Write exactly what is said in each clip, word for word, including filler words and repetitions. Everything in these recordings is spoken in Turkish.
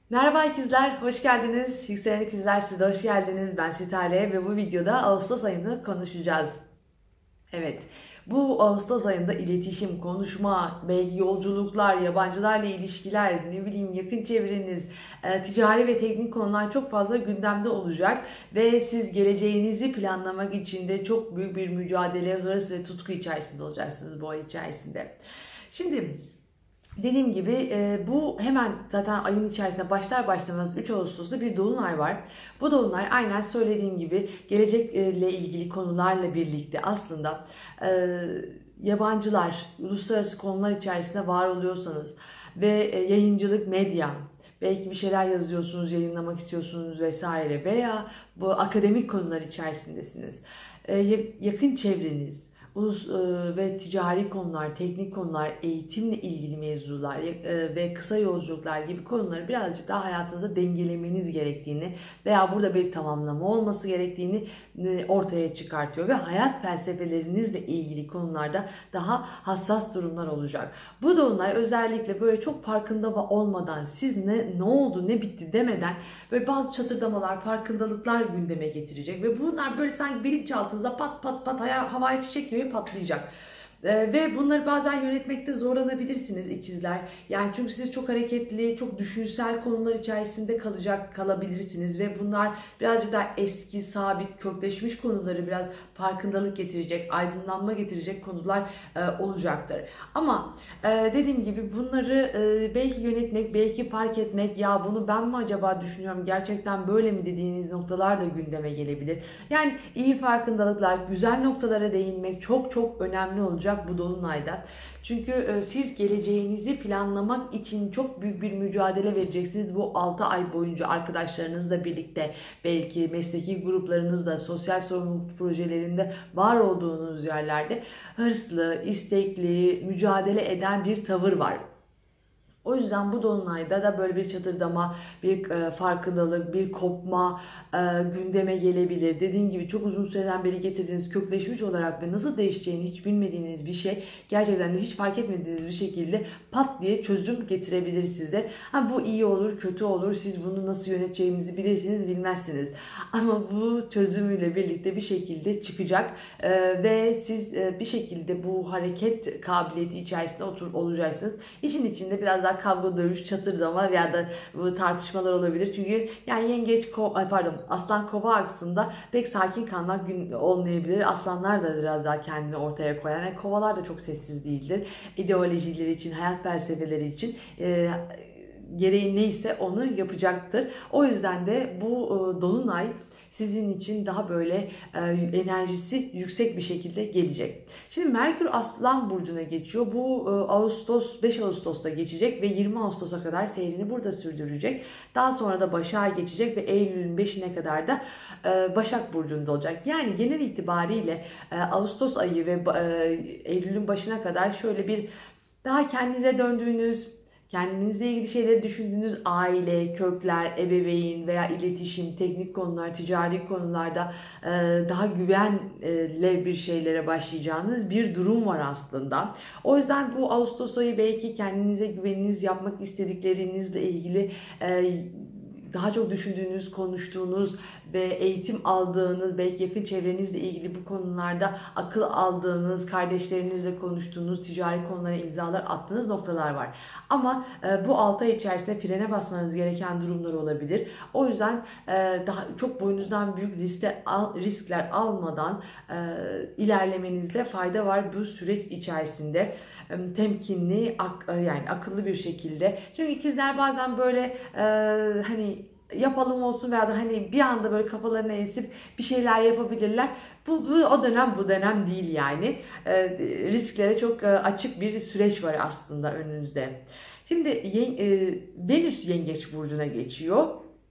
Merhaba ikizler, hoş geldiniz. Yükselen ikizler siz de hoş geldiniz. Ben Sitare ve bu videoda Ağustos ayını konuşacağız. Evet, bu Ağustos ayında iletişim, konuşma, belki yolculuklar, yabancılarla ilişkiler, ne bileyim yakın çevreniz, e, ticari ve teknik konular çok fazla gündemde olacak. Ve siz geleceğinizi planlamak için de çok büyük bir mücadele, hırs ve tutku içerisinde olacaksınız bu ay içerisinde. Şimdi dediğim gibi e, bu hemen zaten ayın içerisinde başlar başlamaz üç Ağustos'ta bir dolunay var. Bu dolunay aynen söylediğim gibi gelecekle ilgili konularla birlikte aslında e, yabancılar, uluslararası konular içerisinde var oluyorsanız ve e, yayıncılık, medya, belki bir şeyler yazıyorsunuz, yayınlamak istiyorsunuz vesaire veya bu akademik konular içerisindesiniz. E, yakın çevreniz, ulus e, ve ticari konular, teknik konular, eğitimle ilgili mevzular e, ve kısa yolculuklar gibi konuları birazcık daha hayatınızda dengelemeniz gerektiğini veya burada bir tamamlama olması gerektiğini e, ortaya çıkartıyor ve hayat felsefelerinizle ilgili konularda daha hassas durumlar olacak. Bu dolunay özellikle böyle çok farkında olmadan siz ne ne oldu ne bitti demeden böyle bazı çatırdamalar, farkındalıklar gündeme getirecek ve bunlar böyle sanki bilinçaltınızda pat pat pat havai fişek gibi patlayacak. Ee, ve bunları bazen yönetmekte zorlanabilirsiniz ikizler. Yani çünkü siz çok hareketli, çok düşünsel konular içerisinde kalacak kalabilirsiniz ve bunlar birazcık daha eski, sabit, kökleşmiş konuları biraz farkındalık getirecek, aydınlanma getirecek konular e, olacaktır. Ama e, dediğim gibi bunları e, belki yönetmek, belki fark etmek, ya bunu ben mi acaba düşünüyorum, gerçekten böyle mi dediğiniz noktalar da gündeme gelebilir. Yani iyi farkındalıklar, güzel noktalara değinmek çok çok önemli olacak bu dolunayda. Çünkü e, siz geleceğinizi planlamak için çok büyük bir mücadele vereceksiniz bu altı ay boyunca arkadaşlarınızla birlikte, belki mesleki gruplarınızda, sosyal sorumluluk projelerinde var olduğunuz yerlerde hırslı, istekli, mücadele eden bir tavır var. O yüzden bu dolunayda da böyle bir çatırdama, bir e, farkındalık, bir kopma e, gündeme gelebilir. Dediğim gibi çok uzun süreden beri getirdiğiniz, kökleşmiş olarak ve nasıl değişeceğini hiç bilmediğiniz bir şey gerçekten de hiç fark etmediğiniz bir şekilde pat diye çözüm getirebilir size. Ha, bu iyi olur, kötü olur. Siz bunu nasıl yöneteceğinizi bilirsiniz, bilmezsiniz. Ama bu çözümüyle birlikte bir şekilde çıkacak e, ve siz e, bir şekilde bu hareket kabiliyeti içerisinde otur olacaksınız. İşin içinde biraz daha kavga, dövüş, çatırdama veya da bu tartışmalar olabilir. Çünkü yani yengeç, pardon aslan kova aksında pek sakin kalmak gün olmayabilir. Aslanlar da biraz daha kendini ortaya koyan. Yani kovalar da çok sessiz değildir. İdeolojileri için, hayat felsefeleri için e, gereği neyse onu yapacaktır. O yüzden de bu e, dolunay sizin için daha böyle e, enerjisi yüksek bir şekilde gelecek. Şimdi Merkür Aslan Burcu'na geçiyor. Bu e, Ağustos, beş Ağustos'ta geçecek ve yirmi Ağustos'a kadar seyrini burada sürdürecek. Daha sonra da Başak'a geçecek ve Eylül'ün beşine kadar da e, Başak Burcu'nda olacak. Yani genel itibariyle e, Ağustos ayı ve e, Eylül'ün başına kadar şöyle bir daha kendinize döndüğünüz, kendinizle ilgili şeyleri düşündüğünüz aile, kökler, ebeveyn veya iletişim, teknik konular, ticari konularda e, daha güvenle bir şeylere başlayacağınız bir durum var aslında. O yüzden bu Ağustos ayı belki kendinize güveniniz, yapmak istediklerinizle ilgili e, daha çok düşündüğünüz, konuştuğunuz ve eğitim aldığınız, belki yakın çevrenizle ilgili bu konularda akıl aldığınız, kardeşlerinizle konuştuğunuz, ticari konulara imzalar attığınız noktalar var. Ama e, bu altı ay içerisinde frene basmanız gereken durumlar olabilir. O yüzden e, daha çok boynunuzdan büyük riskler, al, riskler almadan e, ilerlemenizde fayda var bu süreç içerisinde. E, temkinli, ak, yani akıllı bir şekilde. Çünkü ikizler bazen böyle e, hani yapalım olsun veya da hani bir anda böyle kafalarına esip bir şeyler yapabilirler. Bu, bu o dönem bu dönem değil yani. E, risklere çok e, açık bir süreç var aslında önünüzde. Şimdi e, Venüs Yengeç burcuna geçiyor.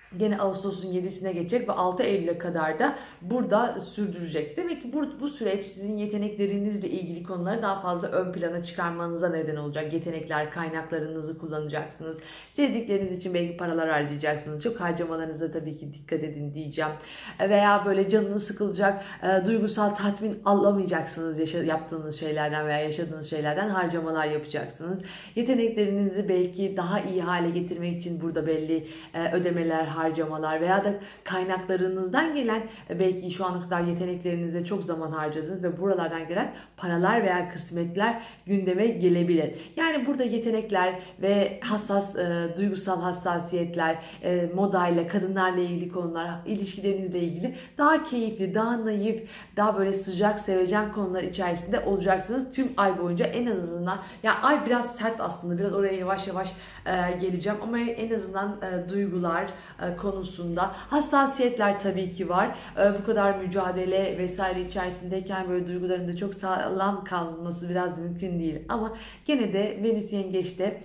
Gene Ağustos'un yedisine geçecek ve altı Eylül'e kadar da burada sürdürecek. Demek ki bu, bu süreç sizin yeteneklerinizle ilgili konuları daha fazla ön plana çıkarmanıza neden olacak. Yetenekler, kaynaklarınızı kullanacaksınız. Sevdikleriniz için belki paralar harcayacaksınız. Çok harcamalarınıza tabii ki dikkat edin diyeceğim. Veya böyle canınız sıkılacak, e, duygusal tatmin alamayacaksınız yaşa, yaptığınız şeylerden veya yaşadığınız şeylerden harcamalar yapacaksınız. Yeteneklerinizi belki daha iyi hale getirmek için burada belli e, ödemeler, harcamalar veya da kaynaklarınızdan gelen belki şu ana kadar yeteneklerinize çok zaman harcadınız ve buralardan gelen paralar veya kısmetler gündeme gelebilir. Yani burada yetenekler ve hassas e, duygusal hassasiyetler, e, modayla, kadınlarla ilgili konular, ilişkilerinizle ilgili daha keyifli, daha naif, daha böyle sıcak, sevecen konular içerisinde olacaksınız tüm ay boyunca en azından. Yani ay biraz sert aslında, biraz oraya yavaş yavaş e, geleceğim ama en azından e, duygular e, konusunda hassasiyetler tabii ki var. Bu kadar mücadele vesaire içerisindeyken böyle duyguların da çok sağlam kalması biraz mümkün değil. Ama gene de Venüs Yengeç'te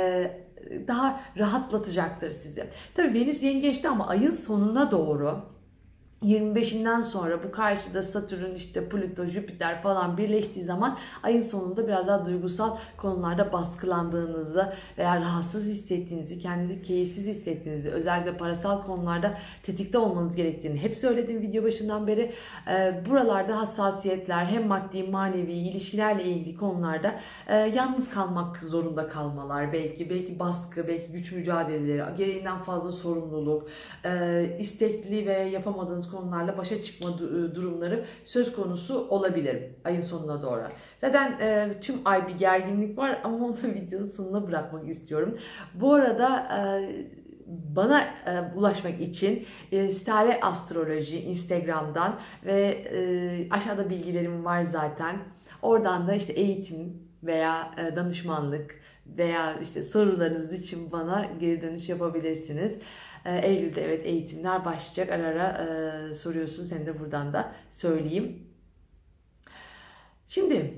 daha rahatlatacaktır sizi. Tabii Venüs Yengeç'te ama ayın sonuna doğru yirmi beşinden sonra bu karşıda Satürn, işte Plüto, Jüpiter falan birleştiği zaman ayın sonunda biraz daha duygusal konularda baskılandığınızı veya rahatsız hissettiğinizi, kendinizi keyifsiz hissettiğinizi, özellikle parasal konularda tetikte olmanız gerektiğini hep söyledim video başından beri. Buralarda hassasiyetler, hem maddi manevi ilişkilerle ilgili konularda yalnız kalmak zorunda kalmalar, belki belki baskı, belki güç mücadeleleri, gereğinden fazla sorumluluk, istekli ve yapamadığınız konularla başa çıkma durumları söz konusu olabilir ayın sonuna doğru. Zaten e, tüm ay bir gerginlik var ama onu videonun sonuna bırakmak istiyorum. Bu arada e, bana e, ulaşmak için e, Sitare Astroloji Instagram'dan ve e, aşağıda bilgilerim var zaten. Oradan da işte eğitim veya e, danışmanlık veya işte sorularınız için bana geri dönüş yapabilirsiniz. Eylül'de evet eğitimler başlayacak. Ara ara e, soruyorsun. Seni de buradan da söyleyeyim. Şimdi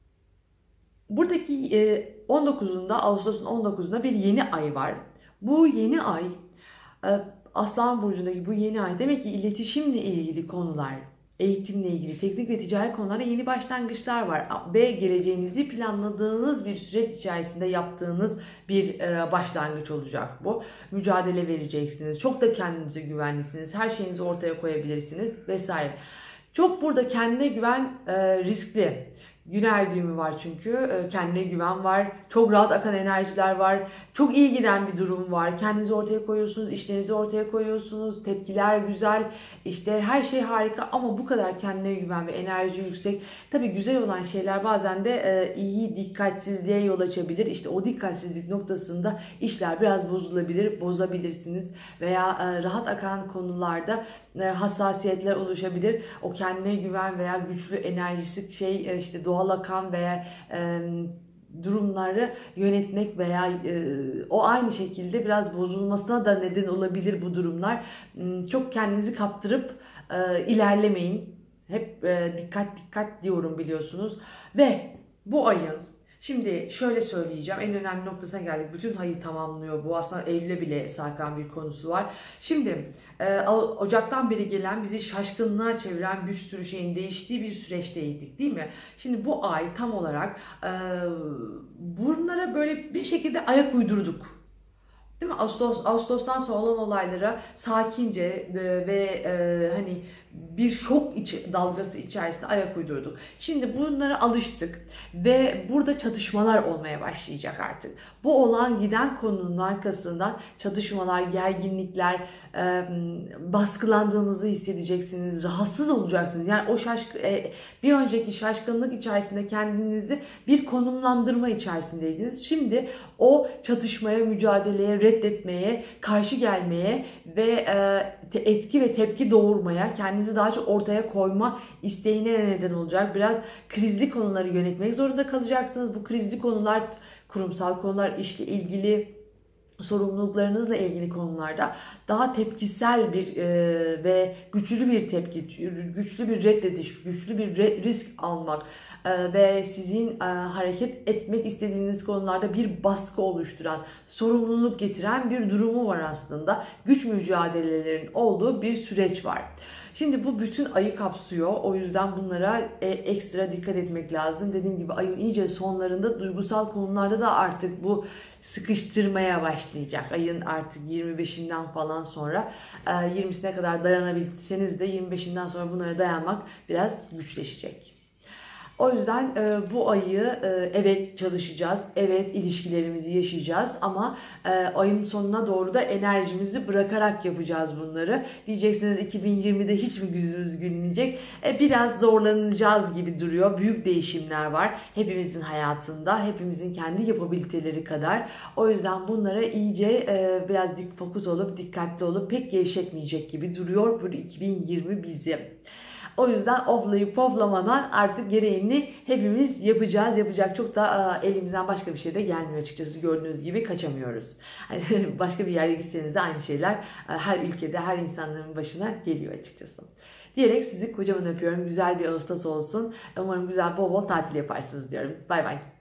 buradaki e, on dokuzunda Ağustos'un on dokuzunda bir yeni ay var. Bu yeni ay e, Aslan Burcu'ndaki bu yeni ay demek ki iletişimle ilgili konular, eğitimle ilgili, teknik ve ticari konularda yeni başlangıçlar var. Ve geleceğinizi planladığınız bir süreç içerisinde yaptığınız bir başlangıç olacak bu. Mücadele vereceksiniz. Çok da kendinize güvenlisiniz. Her şeyinizi ortaya koyabilirsiniz vesaire. Çok burada kendine güven riskli. Güner düğümü var çünkü. Kendine güven var. Çok rahat akan enerjiler var. Çok iyi giden bir durum var. Kendinizi ortaya koyuyorsunuz. İşlerinizi ortaya koyuyorsunuz. Tepkiler güzel. İşte her şey harika ama bu kadar kendine güven ve enerji yüksek. Tabii güzel olan şeyler bazen de iyi dikkatsizliğe yol açabilir. İşte o dikkatsizlik noktasında işler biraz bozulabilir. Bozabilirsiniz. Veya rahat akan konularda hassasiyetler oluşabilir. O kendine güven veya güçlü enerjisi şey işte doğal akan veya e, durumları yönetmek veya e, o aynı şekilde biraz bozulmasına da neden olabilir bu durumlar. Çok kendinizi kaptırıp e, ilerlemeyin. Hep e, dikkat dikkat diyorum biliyorsunuz. Ve bu ayın şimdi şöyle söyleyeceğim. En önemli noktasına geldik. Bütün ayı tamamlıyor bu. Aslında Eylül'e bile sarkan bir konusu var. Şimdi e, Ocak'tan beri gelen bizi şaşkınlığa çeviren bir sürü şeyin değiştiği bir süreçteydik değil mi? Şimdi bu ay tam olarak e, bunlara böyle bir şekilde ayak uydurduk. Değil mi? Ağustos, Ağustos'tan sonra olan olaylara sakince e, ve e, hani bir şok içi, dalgası içerisinde ayak uydurduk. Şimdi bunlara alıştık ve burada çatışmalar olmaya başlayacak artık. Bu olan giden konunun arkasından çatışmalar, gerginlikler, e, baskılandığınızı hissedeceksiniz, rahatsız olacaksınız. Yani o şaşk e, bir önceki şaşkınlık içerisinde kendinizi bir konumlandırma içerisindeydiniz. Şimdi o çatışmaya, mücadeleye, reddetmeye, karşı gelmeye ve e, etki ve tepki doğurmaya, kendinizi daha çok ortaya koyma isteğine neden olacak. Biraz krizli konuları yönetmek zorunda kalacaksınız. Bu krizli konular kurumsal konular, işle ilgili, sorumluluklarınızla ilgili konularda daha tepkisel bir e, ve güçlü bir tepki, güçlü bir reddediş, güçlü bir re- risk almak e, ve sizin e, hareket etmek istediğiniz konularda bir baskı oluşturan, sorumluluk getiren bir durumu var aslında. Güç mücadelelerin olduğu bir süreç var. Şimdi bu bütün ayı kapsıyor. O yüzden bunlara e, ekstra dikkat etmek lazım. Dediğim gibi ayın iyice sonlarında duygusal konularda da artık bu sıkıştırmaya başlayacak. Ayın artık yirmi beşinden falan sonra e, yirmisine kadar dayanabilseniz de yirmi beşinden sonra bunlara dayanmak biraz güçleşecek. O yüzden e, bu ayı e, evet çalışacağız, evet ilişkilerimizi yaşayacağız ama e, ayın sonuna doğru da enerjimizi bırakarak yapacağız bunları. Diyeceksiniz iki bin yirmide hiç mi yüzümüz gülmeyecek? E, biraz zorlanacağız gibi duruyor. Büyük değişimler var hepimizin hayatında, hepimizin kendi yapabiliteleri kadar. O yüzden bunlara iyice e, biraz dik fokus olup dikkatli olup pek gevşetmeyecek gibi duruyor bu iki bin yirmi bizi. O yüzden oflayıp poflamadan artık gereğini hepimiz yapacağız. Yapacak çok da elimizden başka bir şey de gelmiyor açıkçası. Gördüğünüz gibi kaçamıyoruz. Hani başka bir yere gitseniz de aynı şeyler her ülkede, her insanların başına geliyor açıkçası. Diyerek sizi kocaman öpüyorum. Güzel bir Ağustos olsun. Umarım güzel bol bol tatil yaparsınız diyorum. Bay bay.